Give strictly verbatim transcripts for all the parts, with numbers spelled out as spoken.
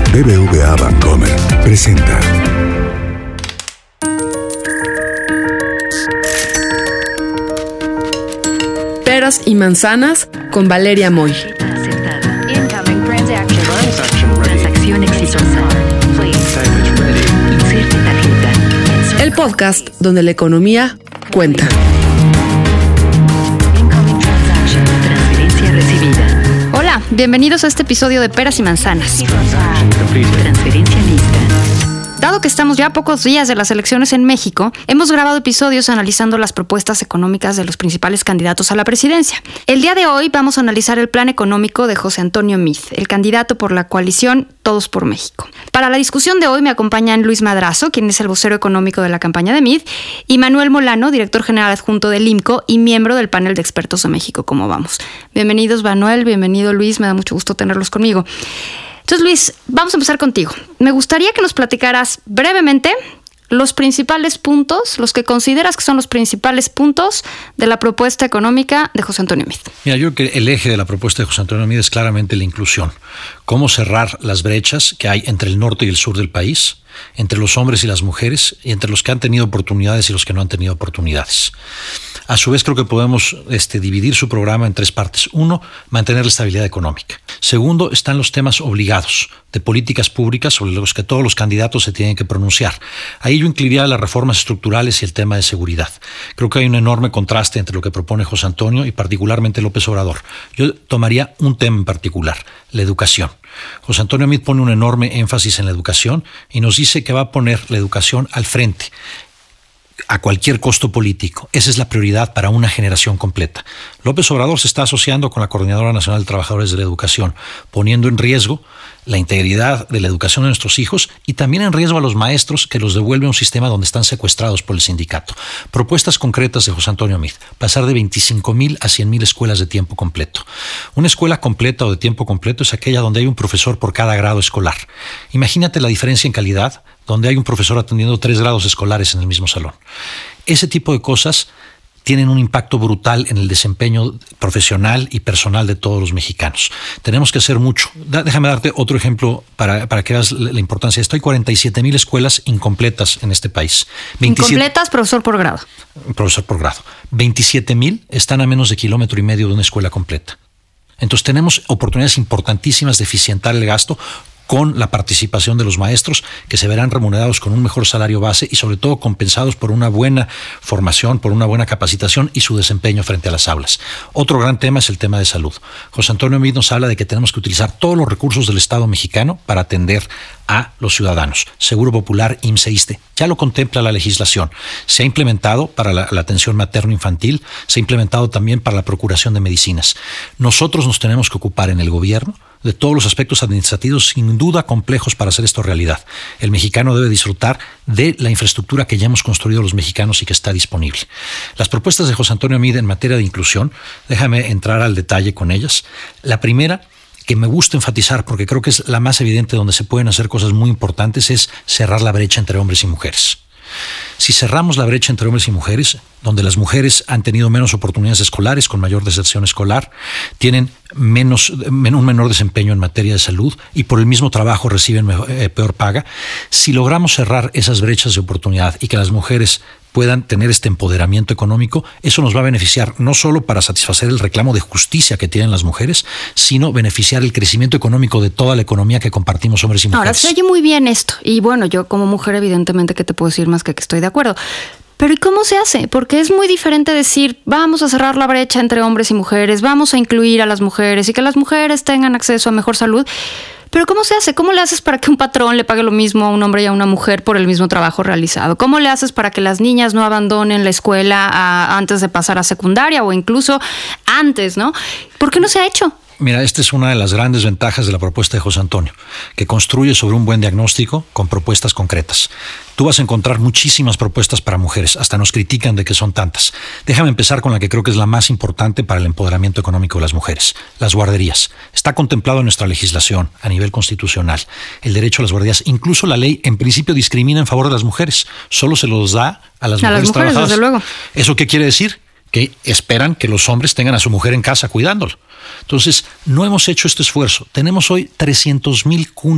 B B V A Bancomer presenta. Peras y manzanas con Valeria Moy. El podcast donde la economía cuenta. Hola, bienvenidos a este episodio de Peras y Manzanas. Transferencia lista. Dado que estamos ya a pocos días de las elecciones en México, hemos grabado episodios analizando las propuestas económicas de los principales candidatos a la presidencia. El día de hoy vamos a analizar el plan económico de José Antonio Meade, el candidato por la coalición Todos por México. Para la discusión de hoy me acompañan Luis Madrazo, quien es el vocero económico de la campaña de Meade, y Manuel Molano, director general adjunto del I M C O y miembro del panel de expertos de México, ¿Cómo vamos? Bienvenidos, Manuel, bienvenido, Luis, me da mucho gusto tenerlos conmigo. Entonces, Luis, vamos a empezar contigo. Me gustaría que nos platicaras brevemente los principales puntos, los que consideras que son los principales puntos de la propuesta económica de José Antonio Meade. Mira, yo creo que el eje de la propuesta de José Antonio Meade es claramente la inclusión. Cómo cerrar las brechas que hay entre el norte y el sur del país, entre los hombres y las mujeres, y entre los que han tenido oportunidades y los que no han tenido oportunidades. A su vez, creo que podemos este, dividir su programa en tres partes. Uno, mantener la estabilidad económica. Segundo, están los temas obligados de políticas públicas sobre los que todos los candidatos se tienen que pronunciar. Ahí yo incluiría las reformas estructurales y el tema de seguridad. Creo que hay un enorme contraste entre lo que propone José Antonio y particularmente López Obrador. Yo tomaría un tema en particular, la educación. José Antonio Meade pone un enorme énfasis en la educación y nos dice que va a poner la educación al frente, a cualquier costo político. Esa es la prioridad para una generación completa. López Obrador se está asociando con la Coordinadora Nacional de Trabajadores de la Educación, poniendo en riesgo la integridad de la educación de nuestros hijos y también en riesgo a los maestros, que los devuelve a un sistema donde están secuestrados por el sindicato. Propuestas concretas de José Antonio Meade: pasar de veinticinco mil a cien mil escuelas de tiempo completo. Una escuela completa o de tiempo completo es aquella donde hay un profesor por cada grado escolar. Imagínate la diferencia en calidad, donde hay un profesor atendiendo tres grados escolares en el mismo salón. Ese tipo de cosas tienen un impacto brutal en el desempeño profesional y personal de todos los mexicanos. Tenemos que hacer mucho. Déjame darte otro ejemplo para, para que veas la importancia de esto. Hay cuarenta y siete mil escuelas incompletas en este país. veintisiete Incompletas, profesor por grado. Profesor por grado. veintisiete mil están a menos de kilómetro y medio de una escuela completa. Entonces tenemos oportunidades importantísimas de eficientar el gasto con la participación de los maestros, que se verán remunerados con un mejor salario base y sobre todo compensados por una buena formación, por una buena capacitación y su desempeño frente a las aulas. Otro gran tema es el tema de salud. José Antonio Meade nos habla de que tenemos que utilizar todos los recursos del Estado mexicano para atender a los ciudadanos. Seguro Popular, I M S S, ISSSTE. Ya lo contempla la legislación. Se ha implementado para la, la atención materno-infantil, se ha implementado también para la procuración de medicinas. Nosotros nos tenemos que ocupar en el gobierno de todos los aspectos administrativos, sin duda complejos, para hacer esto realidad. El mexicano debe disfrutar de la infraestructura que ya hemos construido los mexicanos y que está disponible. Las propuestas de José Antonio Meade en materia de inclusión, déjame entrar al detalle con ellas. La primera, que me gusta enfatizar porque creo que es la más evidente, donde se pueden hacer cosas muy importantes, es cerrar la brecha entre hombres y mujeres. Si cerramos la brecha entre hombres y mujeres, donde las mujeres han tenido menos oportunidades escolares, con mayor deserción escolar, tienen menos, un menor desempeño en materia de salud y por el mismo trabajo reciben mejor, eh, peor paga, si logramos cerrar esas brechas de oportunidad y que las mujeres puedan tener este empoderamiento económico, eso nos va a beneficiar no solo para satisfacer el reclamo de justicia que tienen las mujeres, sino beneficiar el crecimiento económico de toda la economía que compartimos hombres y mujeres. Ahora, se oye muy bien esto. Y bueno, yo como mujer, evidentemente, ¿qué te puedo decir más que que estoy de acuerdo? Pero ¿y cómo se hace? Porque es muy diferente decir, vamos a cerrar la brecha entre hombres y mujeres, vamos a incluir a las mujeres y que las mujeres tengan acceso a mejor salud. Pero ¿cómo se hace? ¿Cómo le haces para que un patrón le pague lo mismo a un hombre y a una mujer por el mismo trabajo realizado? ¿Cómo le haces para que las niñas no abandonen la escuela a, antes de pasar a secundaria o incluso antes, ¿no? ¿Por qué no se ha hecho? Mira, esta es una de las grandes ventajas de la propuesta de José Antonio, que construye sobre un buen diagnóstico con propuestas concretas. Tú vas a encontrar muchísimas propuestas para mujeres, hasta nos critican de que son tantas. Déjame empezar con la que creo que es la más importante para el empoderamiento económico de las mujeres: las guarderías. Está contemplado en nuestra legislación a nivel constitucional el derecho a las guarderías. Incluso la ley en principio discrimina en favor de las mujeres, solo se los da a las a mujeres, las mujeres trabajadoras. Desde luego. ¿Eso qué quiere decir? Que esperan que los hombres tengan a su mujer en casa cuidándolo. Entonces, no hemos hecho este esfuerzo. Tenemos hoy trescientas mil cunas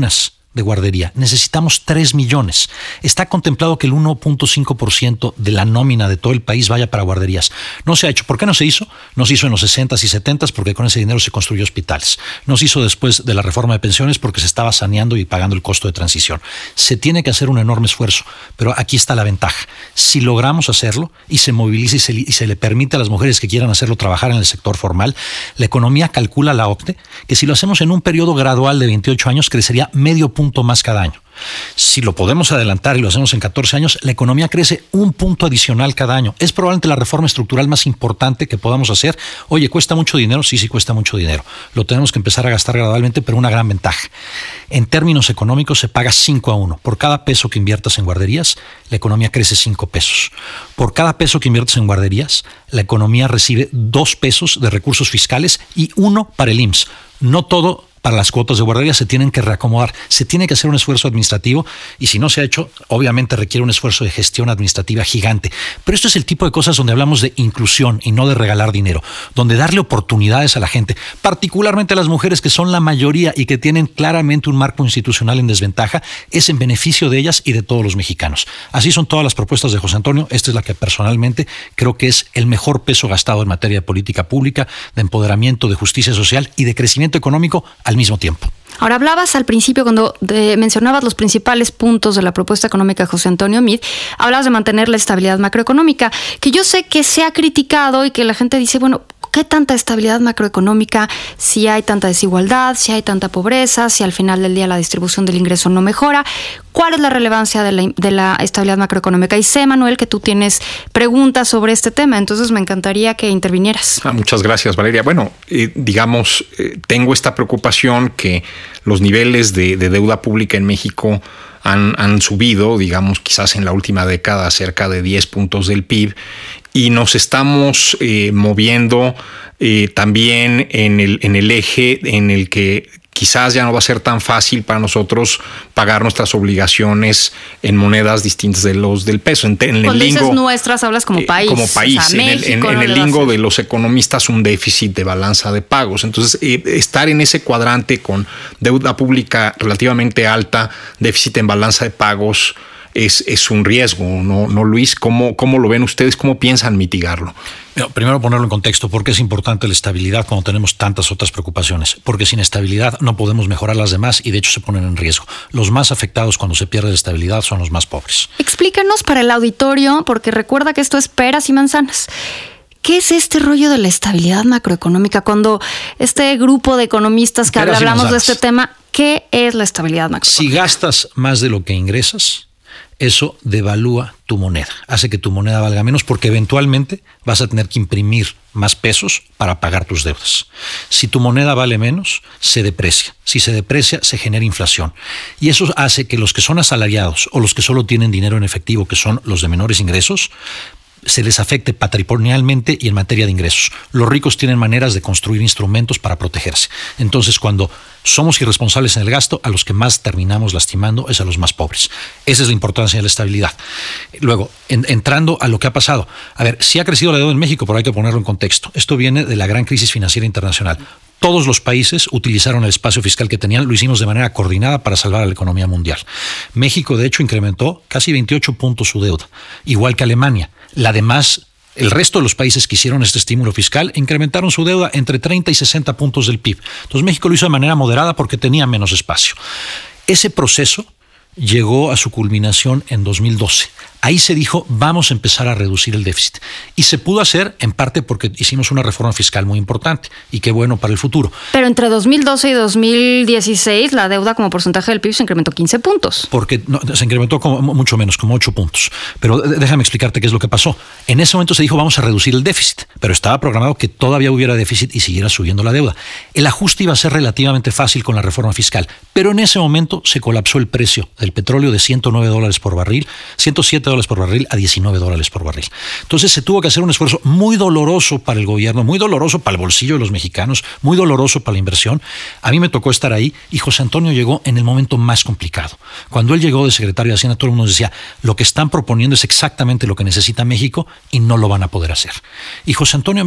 de guardería. Necesitamos tres millones. Está contemplado que el uno punto cinco por ciento de la nómina de todo el país vaya para guarderías. No se ha hecho. ¿Por qué no se hizo? No se hizo en los sesentas y setentas porque con ese dinero se construyó hospitales. No se hizo después de la reforma de pensiones porque se estaba saneando y pagando el costo de transición. Se tiene que hacer un enorme esfuerzo, pero aquí está la ventaja. Si logramos hacerlo y se moviliza y se, y se le permite a las mujeres que quieran hacerlo trabajar en el sector formal, la economía, calcula la OCDE, que si lo hacemos en un periodo gradual de veintiocho años, crecería medio punto punto más cada año. Si lo podemos adelantar y lo hacemos en catorce años, la economía crece un punto adicional cada año. Es probablemente la reforma estructural más importante que podamos hacer. Oye, ¿cuesta mucho dinero? Sí, sí cuesta mucho dinero. Lo tenemos que empezar a gastar gradualmente, pero una gran ventaja. En términos económicos se paga cinco a uno. Por cada peso que inviertas en guarderías, la economía crece cinco pesos. Por cada peso que inviertas en guarderías, la economía recibe dos pesos de recursos fiscales y uno para el I M S S. No todo para las cuotas de guardería se tienen que reacomodar, se tiene que hacer un esfuerzo administrativo y si no se ha hecho, obviamente requiere un esfuerzo de gestión administrativa gigante. Pero esto es el tipo de cosas donde hablamos de inclusión y no de regalar dinero, donde darle oportunidades a la gente, particularmente a las mujeres que son la mayoría y que tienen claramente un marco institucional en desventaja, es en beneficio de ellas y de todos los mexicanos. Así son todas las propuestas de José Antonio. Esta es la que personalmente creo que es el mejor peso gastado en materia de política pública, de empoderamiento, de justicia social y de crecimiento económico al mismo tiempo. Ahora, hablabas al principio, cuando de, mencionabas los principales puntos de la propuesta económica de José Antonio Meade, hablabas de mantener la estabilidad macroeconómica, que yo sé que se ha criticado y que la gente dice, bueno, ¿qué tanta estabilidad macroeconómica si hay tanta desigualdad, si hay tanta pobreza, si al final del día la distribución del ingreso no mejora? ¿Cuál es la relevancia de la, de la estabilidad macroeconómica? Y sé, Manuel, que tú tienes preguntas sobre este tema, entonces me encantaría que intervinieras. Ah, muchas gracias, Valeria. Bueno, eh, digamos, eh, tengo esta preocupación que los niveles de, de deuda pública en México han, han subido, digamos, quizás en la última década cerca de diez puntos del P I B, y nos estamos eh, moviendo eh, también en el, en el eje en el que quizás ya no va a ser tan fácil para nosotros pagar nuestras obligaciones en monedas distintas de los del peso. En, en el lingo nuestras, hablas como país. Eh, como país. O sea, en México, el, en, no en el lingo de los economistas, un déficit de balanza de pagos. Entonces, eh, estar en ese cuadrante con deuda pública relativamente alta, déficit en balanza de pagos, Es, es un riesgo, ¿no, no Luis? ¿Cómo, ¿Cómo lo ven ustedes? ¿Cómo piensan mitigarlo? Primero ponerlo en contexto. ¿Por qué es importante la estabilidad cuando tenemos tantas otras preocupaciones? Porque sin estabilidad no podemos mejorar las demás y de hecho se ponen en riesgo. Los más afectados cuando se pierde la estabilidad son los más pobres. Explícanos para el auditorio, porque recuerda que esto es peras y manzanas. ¿Qué es este rollo de la estabilidad macroeconómica? Cuando este grupo de economistas que hablamos de este tema, ¿qué es la estabilidad macroeconómica? Si gastas más de lo que ingresas, eso devalúa tu moneda, hace que tu moneda valga menos porque eventualmente vas a tener que imprimir más pesos para pagar tus deudas. Si tu moneda vale menos, se deprecia. Si se deprecia, se genera inflación. Y eso hace que los que son asalariados o los que solo tienen dinero en efectivo, que son los de menores ingresos, se les afecte patrimonialmente y en materia de ingresos. Los ricos tienen maneras de construir instrumentos para protegerse. Entonces, cuando somos irresponsables en el gasto, a los que más terminamos lastimando es a los más pobres. Esa es la importancia de la estabilidad. Luego, en, entrando a lo que ha pasado. A ver, sí ha crecido la deuda en México, pero hay que ponerlo en contexto. Esto viene de la gran crisis financiera internacional. Todos los países utilizaron el espacio fiscal que tenían, lo hicimos de manera coordinada para salvar a la economía mundial. México, de hecho, incrementó casi veintiocho puntos su deuda, igual que Alemania. La demás, el resto de los países que hicieron este estímulo fiscal incrementaron su deuda entre treinta y sesenta puntos del P I B. Entonces México lo hizo de manera moderada porque tenía menos espacio. Ese proceso llegó a su culminación en dos mil doce. Ahí se dijo, vamos a empezar a reducir el déficit. Y se pudo hacer en parte porque hicimos una reforma fiscal muy importante y qué bueno para el futuro. Pero entre dos mil doce y dos mil dieciséis la deuda como porcentaje del P I B se incrementó quince puntos. Porque no, se incrementó como, mucho menos, como ocho puntos. Pero déjame explicarte qué es lo que pasó. En ese momento se dijo, vamos a reducir el déficit, pero estaba programado que todavía hubiera déficit y siguiera subiendo la deuda. El ajuste iba a ser relativamente fácil con la reforma fiscal, pero en ese momento se colapsó el precio del petróleo de ciento nueve dólares por barril, ciento siete dólares por barril a diecinueve dólares por barril. Entonces se tuvo que hacer un esfuerzo muy doloroso para el gobierno, muy doloroso para el bolsillo de los mexicanos, muy doloroso para la inversión. A mí me tocó estar ahí y José Antonio llegó en el momento más complicado. Cuando él llegó de secretario de Hacienda, todo el mundo decía, lo que están proponiendo es exactamente lo que necesita México y no lo van a poder hacer. Y José Antonio Meade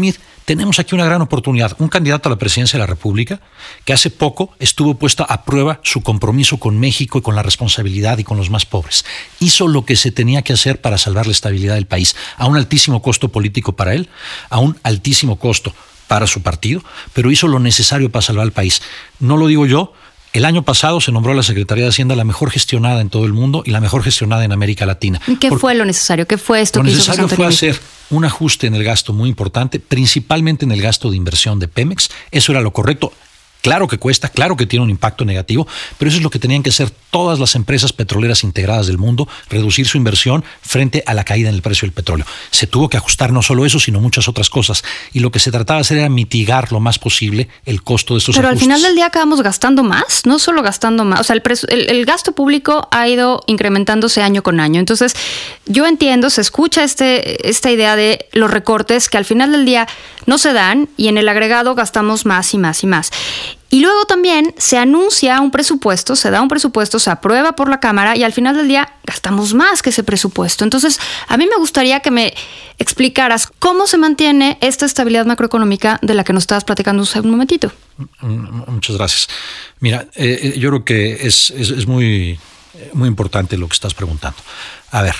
tenemos aquí una gran oportunidad. Un candidato a la presidencia de la República que hace poco estuvo puesto a prueba su compromiso con México y con la responsabilidad y con los más pobres. Hizo lo que se tenía que hacer para salvar la estabilidad del país, a un altísimo costo político para él, a un altísimo costo para su partido, pero hizo lo necesario para salvar el país. No lo digo yo. El año pasado se nombró a la Secretaría de Hacienda la mejor gestionada en todo el mundo y la mejor gestionada en América Latina. ¿Qué Porque fue lo necesario? ¿Qué fue esto lo que hizo necesario José fue Antonio? hacer un ajuste en el gasto muy importante, principalmente en el gasto de inversión de Pemex. Eso era lo correcto. Claro que cuesta, claro que tiene un impacto negativo, pero eso es lo que tenían que hacer todas las empresas petroleras integradas del mundo, reducir su inversión frente a la caída en el precio del petróleo. Se tuvo que ajustar no solo eso, sino muchas otras cosas. Y lo que se trataba de hacer era mitigar lo más posible el costo de estos Pero ajustes. al final del día acabamos gastando más, no solo gastando más. O sea, el, presu- el, el gasto público ha ido incrementándose año con año. Entonces, yo entiendo, se escucha este, esta idea de los recortes que al final del día no se dan y en el agregado gastamos más y más y más. Y luego también se anuncia un presupuesto, se da un presupuesto, se aprueba por la Cámara y al final del día gastamos más que ese presupuesto. Entonces, a mí me gustaría que me explicaras cómo se mantiene esta estabilidad macroeconómica de la que nos estabas platicando hace un momentito. Muchas gracias. Mira, eh, yo creo que es, es, es muy, muy importante lo que estás preguntando. A ver,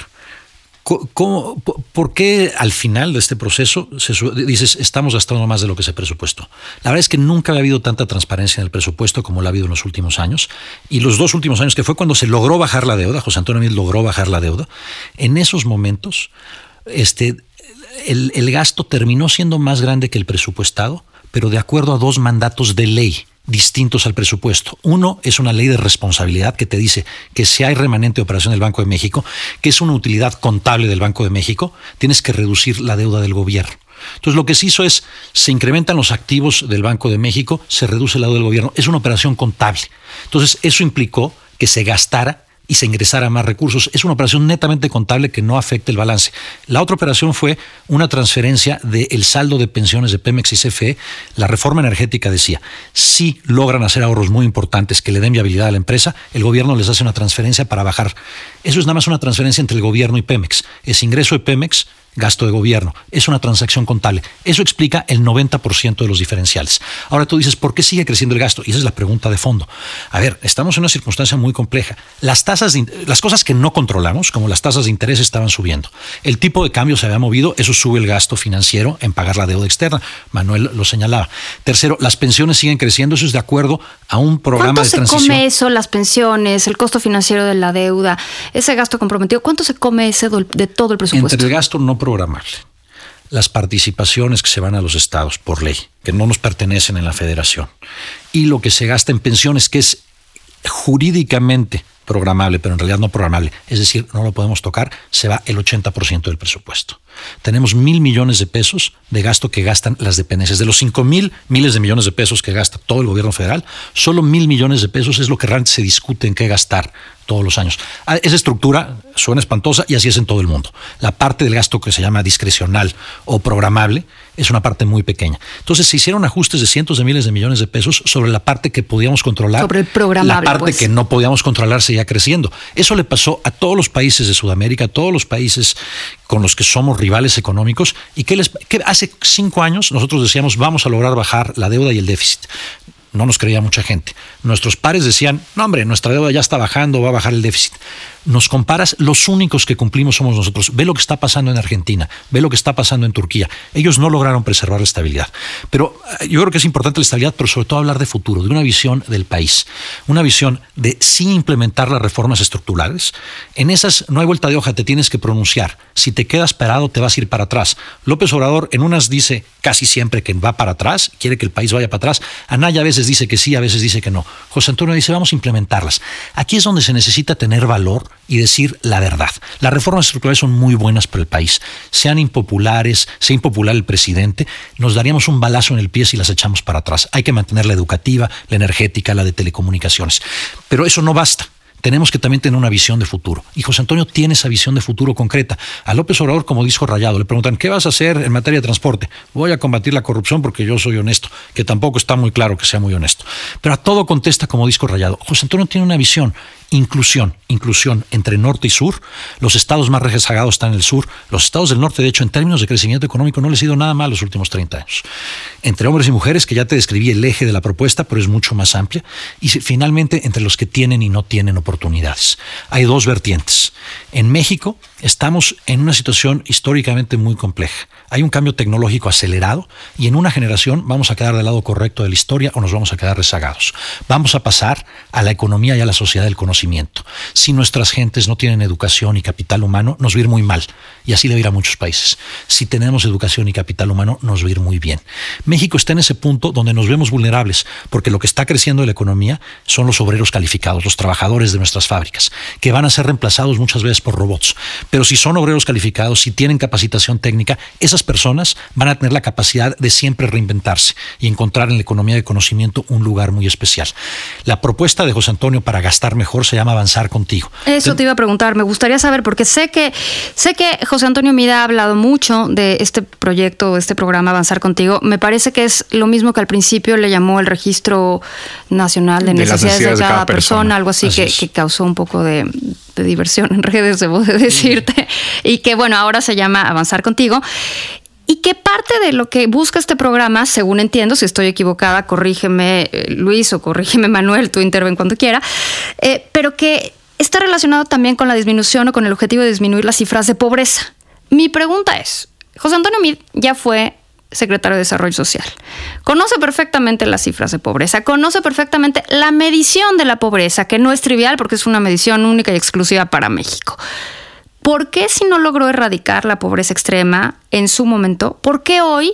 ¿Cómo, ¿por qué al final de este proceso se, dices estamos gastando más de lo que se presupuestó? La verdad es que nunca había habido tanta transparencia en el presupuesto como la ha habido en los últimos años. Y los dos últimos años, que fue cuando se logró bajar la deuda, José Antonio Meade logró bajar la deuda, en esos momentos este, el, el gasto terminó siendo más grande que el presupuestado, pero de acuerdo a dos mandatos de ley distintos al presupuesto. Uno es una ley de responsabilidad que te dice que si hay remanente de operación del Banco de México, que es una utilidad contable del Banco de México, tienes que reducir la deuda del gobierno. Entonces lo que se hizo es, se incrementan los activos del Banco de México, se reduce la deuda del gobierno. Es una operación contable. Entonces eso implicó que se gastara y se ingresara más recursos. Es una operación netamente contable que no afecta el balance. La otra operación fue una transferencia del saldo de pensiones de Pemex y C F E. La reforma energética decía, si logran hacer ahorros muy importantes que le den viabilidad a la empresa, el gobierno les hace una transferencia para bajar. Eso es nada más una transferencia entre el gobierno y Pemex. Es ingreso de Pemex, gasto de gobierno. Es una transacción contable. Eso explica el noventa por ciento de los diferenciales. Ahora tú dices, ¿por qué sigue creciendo el gasto? Y esa es la pregunta de fondo. A ver, estamos en una circunstancia muy compleja. Las tasas, de, las cosas que no controlamos, como las tasas de interés, estaban subiendo. El tipo de cambio se había movido, eso sube el gasto financiero en pagar la deuda externa. Manuel lo señalaba. Tercero, las pensiones siguen creciendo. Eso es de acuerdo a un programa de transición. ¿Cuánto se come eso, las pensiones, el costo financiero de la deuda, ese gasto comprometido? ¿Cuánto se come ese de todo el presupuesto? Entre el gasto no programable, las participaciones que se van a los estados por ley, que no nos pertenecen en la federación, y lo que se gasta en pensiones, que es jurídicamente programable, pero en realidad no programable, es decir, no lo podemos tocar, se va el ochenta por ciento del presupuesto. Tenemos mil millones de pesos de gasto que gastan las dependencias. De los cinco mil miles de millones de pesos que gasta todo el gobierno federal, solo mil millones de pesos es lo que realmente se discute en qué gastar todos los años. Esa estructura suena espantosa y así es en todo el mundo. La parte del gasto que se llama discrecional o programable es una parte muy pequeña. Entonces se hicieron ajustes de cientos de miles de millones de pesos sobre la parte que podíamos controlar. Sobre el programable. La parte pues. que no podíamos controlar seguía creciendo. Eso le pasó a todos los países de Sudamérica, a todos los países con los que somos rivales económicos, y que, les, que hace cinco años nosotros decíamos vamos a lograr bajar la deuda y el déficit. No nos creía mucha gente. Nuestros pares decían, no hombre, nuestra deuda ya está bajando, va a bajar el déficit. Nos comparas, los únicos que cumplimos somos nosotros. Ve lo que está pasando en Argentina, ve lo que está pasando en Turquía. Ellos no lograron preservar la estabilidad. Pero yo creo que es importante la estabilidad, pero sobre todo hablar de futuro, de una visión del país. Una visión de sí implementar las reformas estructurales. En esas no hay vuelta de hoja, te tienes que pronunciar. Si te quedas parado, te vas a ir para atrás. López Obrador en unas dice casi siempre que va para atrás, quiere que el país vaya para atrás. Anaya a veces dice que sí, a veces dice que no. José Antonio dice, vamos a implementarlas. Aquí es donde se necesita tener valor y decir la verdad. Las reformas estructurales son muy buenas para el país. Sean impopulares, sea impopular el presidente, nos daríamos un balazo en el pie si las echamos para atrás. Hay que mantener la educativa, la energética, la de telecomunicaciones. Pero eso no basta. Tenemos que también tener una visión de futuro. Y José Antonio tiene esa visión de futuro concreta. A López Obrador, como dijo Rayado, le preguntan, ¿qué vas a hacer en materia de transporte? Voy a combatir la corrupción porque yo soy honesto, que tampoco está muy claro que sea muy honesto. Pero a todo contesta como dijo Rayado. José Antonio tiene una visión inclusión, inclusión entre norte y sur. Los estados más rezagados están en el sur. Los estados del norte, de hecho, en términos de crecimiento económico, no les ha ido nada mal los últimos treinta años. Entre hombres y mujeres, que ya te describí el eje de la propuesta, pero es mucho más amplia. Y finalmente, entre los que tienen y no tienen oportunidades. Hay dos vertientes. En México estamos en una situación históricamente muy compleja. Hay un cambio tecnológico acelerado y en una generación vamos a quedar del lado correcto de la historia o nos vamos a quedar rezagados. Vamos a pasar a la economía y a la sociedad del conocimiento. Si nuestras gentes no tienen educación y capital humano, nos va a ir muy mal. Y así le va a ir a muchos países. Si tenemos educación y capital humano, nos va a ir muy bien. México está en ese punto donde nos vemos vulnerables, porque lo que está creciendo de la economía son los obreros calificados, los trabajadores de nuestras fábricas, que van a ser reemplazados muchas veces por robots. Pero si son obreros calificados, si tienen capacitación técnica, esas personas van a tener la capacidad de siempre reinventarse y encontrar en la economía de conocimiento un lugar muy especial. La propuesta de José Antonio para gastar mejor se llama Avanzar Contigo. Eso te iba a preguntar, me gustaría saber, porque sé que sé que José Antonio Meade ha hablado mucho de este proyecto, de este programa Avanzar Contigo. Me parece que es lo mismo que al principio le llamó el Registro Nacional de, de Necesidades, necesidades de cada, de cada persona, persona, algo así, así que, que causó un poco de, de diversión en redes, debo de decirte, y que bueno, ahora se llama Avanzar Contigo. Y que parte de lo que busca este programa, según entiendo, si estoy equivocada, corrígeme Luis o corrígeme Manuel, tú interven cuando quiera, eh, pero que está relacionado también con la disminución o con el objetivo de disminuir las cifras de pobreza. Mi pregunta es, José Antonio Meade ya fue secretario de Desarrollo Social, conoce perfectamente las cifras de pobreza, conoce perfectamente la medición de la pobreza, que no es trivial porque es una medición única y exclusiva para México. ¿Por qué, si no logró erradicar la pobreza extrema en su momento, por qué hoy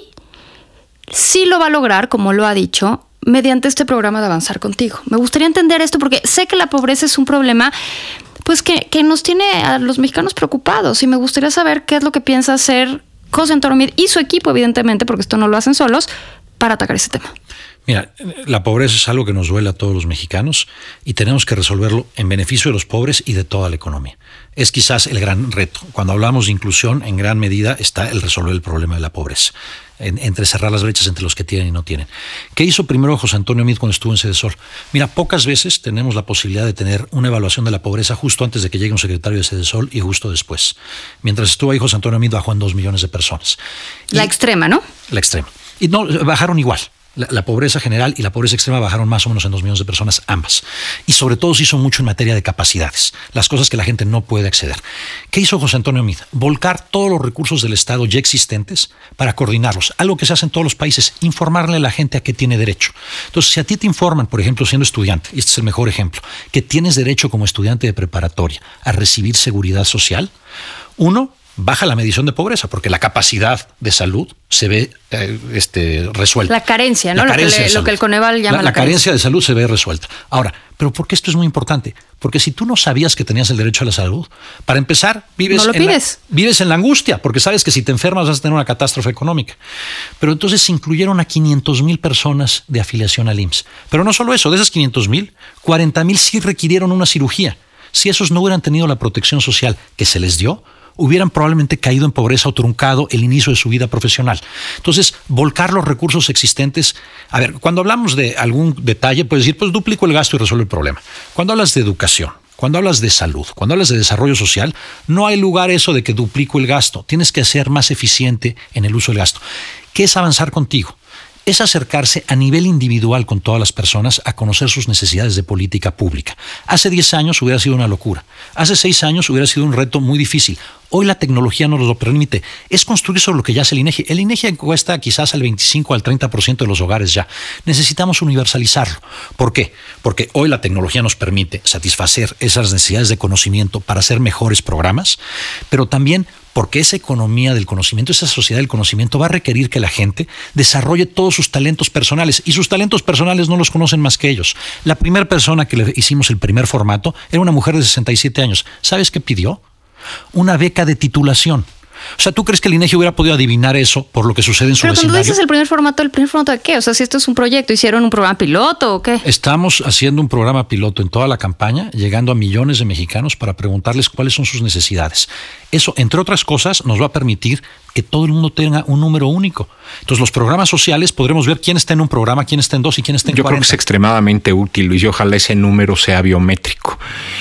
sí lo va a lograr, como lo ha dicho, mediante este programa de Avanzar Contigo? Me gustaría entender esto porque sé que la pobreza es un problema pues que, que nos tiene a los mexicanos preocupados y me gustaría saber qué es lo que piensa hacer José Antonio Meade y su equipo, evidentemente, porque esto no lo hacen solos, para atacar ese tema. Mira, la pobreza es algo que nos duele a todos los mexicanos y tenemos que resolverlo en beneficio de los pobres y de toda la economía. Es quizás el gran reto. Cuando hablamos de inclusión, en gran medida está el resolver el problema de la pobreza, en, entre cerrar las brechas entre los que tienen y no tienen. ¿Qué hizo primero José Antonio Meade cuando estuvo en Sedesol? Mira, pocas veces tenemos la posibilidad de tener una evaluación de la pobreza justo antes de que llegue un secretario de Sedesol y justo después. Mientras estuvo ahí, José Antonio Meade bajó en dos millones de personas. La y, extrema, ¿no? La extrema. Y no, bajaron igual. La, la pobreza general y la pobreza extrema bajaron más o menos en dos millones de personas, ambas. Y sobre todo se hizo mucho en materia de capacidades, las cosas que la gente no puede acceder. ¿Qué hizo José Antonio Meade? Volcar todos los recursos del Estado ya existentes para coordinarlos. Algo que se hace en todos los países, informarle a la gente a qué tiene derecho. Entonces, si a ti te informan, por ejemplo, siendo estudiante, y este es el mejor ejemplo, que tienes derecho como estudiante de preparatoria a recibir seguridad social, uno, baja la medición de pobreza, porque la capacidad de salud se ve eh, este, resuelta. La carencia, ¿no? La carencia lo, que le, lo que el Coneval llama la, la, la carencia. carencia de salud se ve resuelta. Ahora, ¿pero por qué esto es muy importante? Porque si tú no sabías que tenías el derecho a la salud, para empezar, vives, no lo en, pides. La, vives en la angustia, porque sabes que si te enfermas vas a tener una catástrofe económica. Pero entonces se incluyeron a quinientos mil personas de afiliación al I M S S. Pero no solo eso, de esas quinientos mil, cuarenta mil sí requirieron una cirugía. Si esos no hubieran tenido la protección social que se les dio, hubieran probablemente caído en pobreza o truncado el inicio de su vida profesional. Entonces, volcar los recursos existentes. A ver, cuando hablamos de algún detalle, puedes decir, pues duplico el gasto y resuelvo el problema. Cuando hablas de educación, cuando hablas de salud, cuando hablas de desarrollo social, no hay lugar eso de que duplico el gasto. Tienes que ser más eficiente en el uso del gasto. ¿Qué es Avanzar Contigo? Es acercarse a nivel individual con todas las personas a conocer sus necesidades de política pública. Hace diez años hubiera sido una locura. Hace seis años hubiera sido un reto muy difícil. Hoy la tecnología nos lo permite. Es construir sobre lo que ya hace el INEGI. El INEGI encuesta quizás al veinticinco al treinta por ciento de los hogares ya. Necesitamos universalizarlo. ¿Por qué? Porque hoy la tecnología nos permite satisfacer esas necesidades de conocimiento para hacer mejores programas, pero también porque esa economía del conocimiento, esa sociedad del conocimiento va a requerir que la gente desarrolle todos sus talentos personales, y sus talentos personales no los conocen más que ellos. La primera persona que le hicimos el primer formato era una mujer de sesenta y siete años. ¿Sabes qué pidió? Una beca de titulación. O sea, ¿tú crees que el INEGI hubiera podido adivinar eso por lo que sucede en su Pero vecindario? Pero cuando dices el primer formato, ¿el primer formato de qué? O sea, si esto es un proyecto, ¿hicieron un programa piloto o qué? Estamos haciendo un programa piloto en toda la campaña, llegando a millones de mexicanos para preguntarles cuáles son sus necesidades. Eso, entre otras cosas, nos va a permitir que todo el mundo tenga un número único. Entonces, los programas sociales podremos ver quién está en un programa, quién está en dos y quién está en Yo cuarenta. Creo que es extremadamente útil, Luis, y ojalá ese número sea biométrico.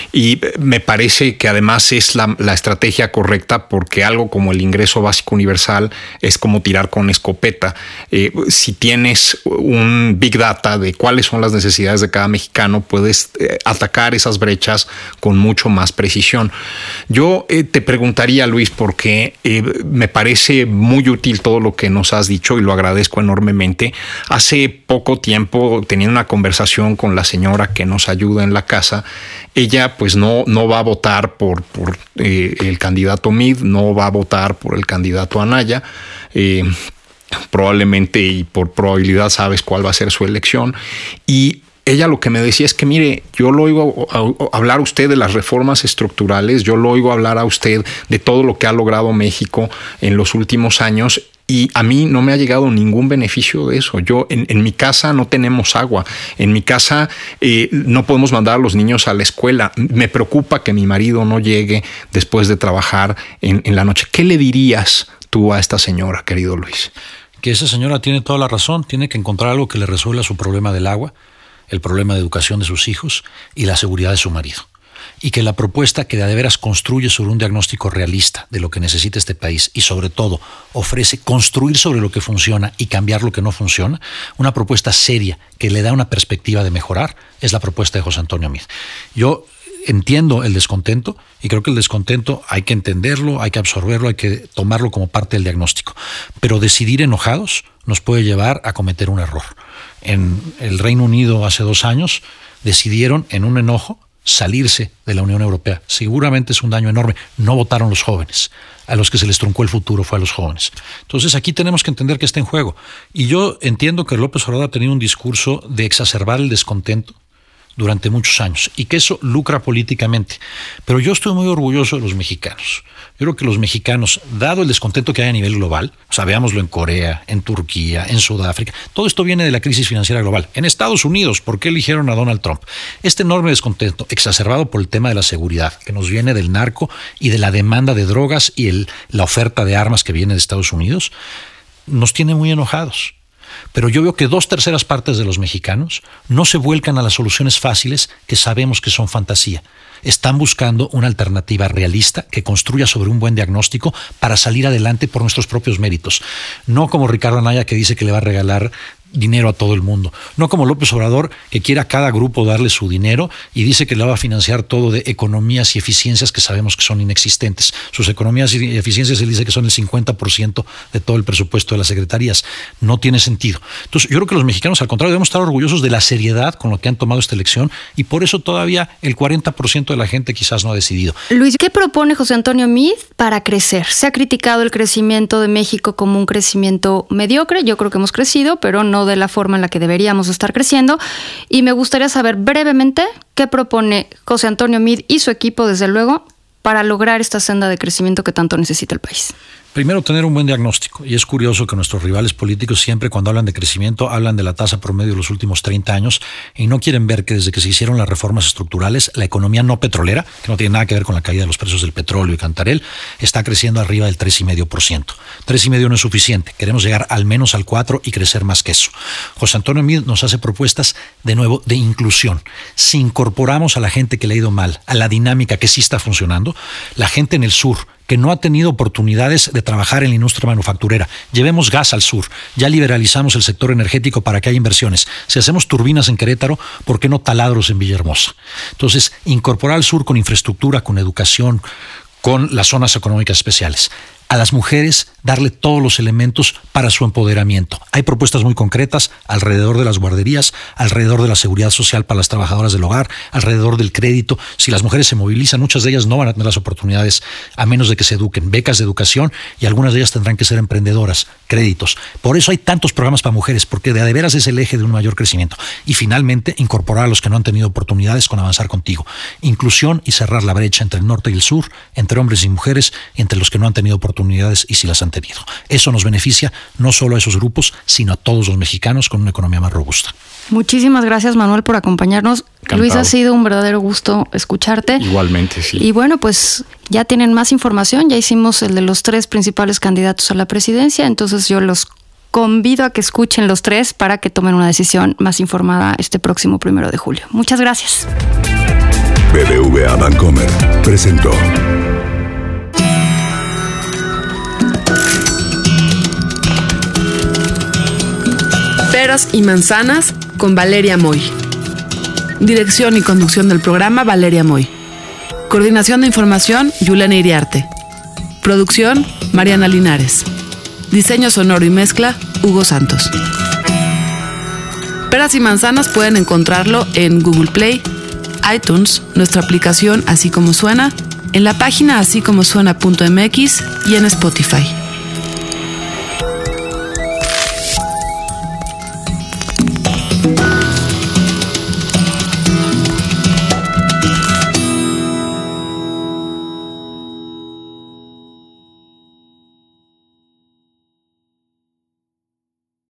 Y me parece que además es la, la estrategia correcta, porque algo como el ingreso básico universal es como tirar con escopeta. Eh, si tienes un big data de cuáles son las necesidades de cada mexicano, puedes eh, atacar esas brechas con mucho más precisión. Yo eh, te preguntaría, Luis, porque eh, me parece muy útil todo lo que nos has dicho y lo agradezco enormemente. Hace poco tiempo, teniendo una conversación con la señora que nos ayuda en la casa, ella pues no, no va a votar por, por eh, el candidato Meade, no va a votar por el candidato Anaya. Eh, probablemente y por probabilidad sabes cuál va a ser su elección. Y ella lo que me decía es que, mire, yo lo oigo hablar a usted de las reformas estructurales, yo lo oigo hablar a usted de todo lo que ha logrado México en los últimos años, y a mí no me ha llegado ningún beneficio de eso. Yo en, en mi casa no tenemos agua, en mi casa eh, no podemos mandar a los niños a la escuela. Me preocupa que mi marido no llegue después de trabajar en, en la noche. ¿Qué le dirías tú a esta señora, querido Luis? Que esa señora tiene toda la razón, tiene que encontrar algo que le resuelva su problema del agua, el problema de educación de sus hijos y la seguridad de su marido. Y que la propuesta que de veras construye sobre un diagnóstico realista de lo que necesita este país y sobre todo ofrece construir sobre lo que funciona y cambiar lo que no funciona, una propuesta seria que le da una perspectiva de mejorar, es la propuesta de José Antonio Meade. Yo entiendo el descontento y creo que el descontento hay que entenderlo, hay que absorberlo, hay que tomarlo como parte del diagnóstico. Pero decidir enojados nos puede llevar a cometer un error. En el Reino Unido hace dos años decidieron en un enojo salirse de la Unión Europea. Seguramente es un daño enorme. No votaron los jóvenes. A los que se les truncó el futuro fue a los jóvenes. Entonces aquí tenemos que entender que está en juego. Y yo entiendo que López Obrador ha tenido un discurso de exacerbar el descontento durante muchos años y que eso lucra políticamente. Pero yo estoy muy orgulloso de los mexicanos. Yo creo que los mexicanos, dado el descontento que hay a nivel global, o sea, veámoslo en Corea, en Turquía, en Sudáfrica, todo esto viene de la crisis financiera global. En Estados Unidos, ¿por qué eligieron a Donald Trump? Este enorme descontento, exacerbado por el tema de la seguridad, que nos viene del narco y de la demanda de drogas y el, la oferta de armas que viene de Estados Unidos, nos tiene muy enojados. Pero yo veo que dos terceras partes de los mexicanos no se vuelcan a las soluciones fáciles que sabemos que son fantasía. Están buscando una alternativa realista que construya sobre un buen diagnóstico para salir adelante por nuestros propios méritos. No como Ricardo Anaya, que dice que le va a regalar dinero a todo el mundo. No como López Obrador, que quiere a cada grupo darle su dinero y dice que le va a financiar todo de economías y eficiencias que sabemos que son inexistentes. Sus economías y eficiencias, él dice que son el cincuenta por ciento de todo el presupuesto de las secretarías. No tiene sentido. Entonces, yo creo que los mexicanos, al contrario, debemos estar orgullosos de la seriedad con lo que han tomado esta elección y por eso todavía el cuarenta por ciento de la gente quizás no ha decidido. Luis, ¿qué propone José Antonio Meade para crecer? Se ha criticado el crecimiento de México como un crecimiento mediocre. Yo creo que hemos crecido, pero no de la forma en la que deberíamos estar creciendo, y me gustaría saber brevemente qué propone José Antonio Meade y su equipo, desde luego, para lograr esta senda de crecimiento que tanto necesita el país. Primero, tener un buen diagnóstico. Y es curioso que nuestros rivales políticos siempre cuando hablan de crecimiento hablan de la tasa promedio de los últimos treinta años y no quieren ver que desde que se hicieron las reformas estructurales, la economía no petrolera, que no tiene nada que ver con la caída de los precios del petróleo y Cantarell, está creciendo arriba del tres coma cinco por ciento. tres coma cinco no es suficiente. Queremos llegar al menos al cuatro y crecer más que eso. José Antonio Meade nos hace propuestas, de nuevo, de inclusión. Si incorporamos a la gente que le ha ido mal, a la dinámica que sí está funcionando, la gente en el sur, que no ha tenido oportunidades de trabajar en la industria manufacturera. Llevemos gas al sur, ya liberalizamos el sector energético para que haya inversiones. Si hacemos turbinas en Querétaro, ¿por qué no taladros en Villahermosa? Entonces, incorporar al sur con infraestructura, con educación, con las zonas económicas especiales. A las mujeres darle todos los elementos para su empoderamiento. Hay propuestas muy concretas alrededor de las guarderías, alrededor de la seguridad social para las trabajadoras del hogar, alrededor del crédito. Si las mujeres se movilizan, muchas de ellas no van a tener las oportunidades a menos de que se eduquen. Becas de educación y algunas de ellas tendrán que ser emprendedoras, créditos. Por eso hay tantos programas para mujeres, porque de a de veras es el eje de un mayor crecimiento. Y finalmente, incorporar a los que no han tenido oportunidades con Avanzar Contigo. Inclusión y cerrar la brecha entre el norte y el sur, entre hombres y mujeres, y entre los que no han tenido oportunidades y si las han tenido. Eso nos beneficia no solo a esos grupos, sino a todos los mexicanos con una economía más robusta. Muchísimas gracias, Manuel, por acompañarnos. Encantado. Luis, ha sido un verdadero gusto escucharte. Igualmente, sí. Y bueno, pues ya tienen más información, ya hicimos el de los tres principales candidatos a la presidencia, entonces yo los convido a que escuchen los tres para que tomen una decisión más informada este próximo primero de julio. Muchas gracias. B B V B V A Bancomer presentó. Peras y manzanas con Valeria Moy. Dirección y conducción del programa, Valeria Moy. Coordinación de información, Yulena Iriarte. Producción, Mariana Linares. Diseño sonoro y mezcla, Hugo Santos. Peras y manzanas pueden encontrarlo en Google Play, iTunes, nuestra aplicación Así Como Suena, en la página así como suena punto m x y en Spotify.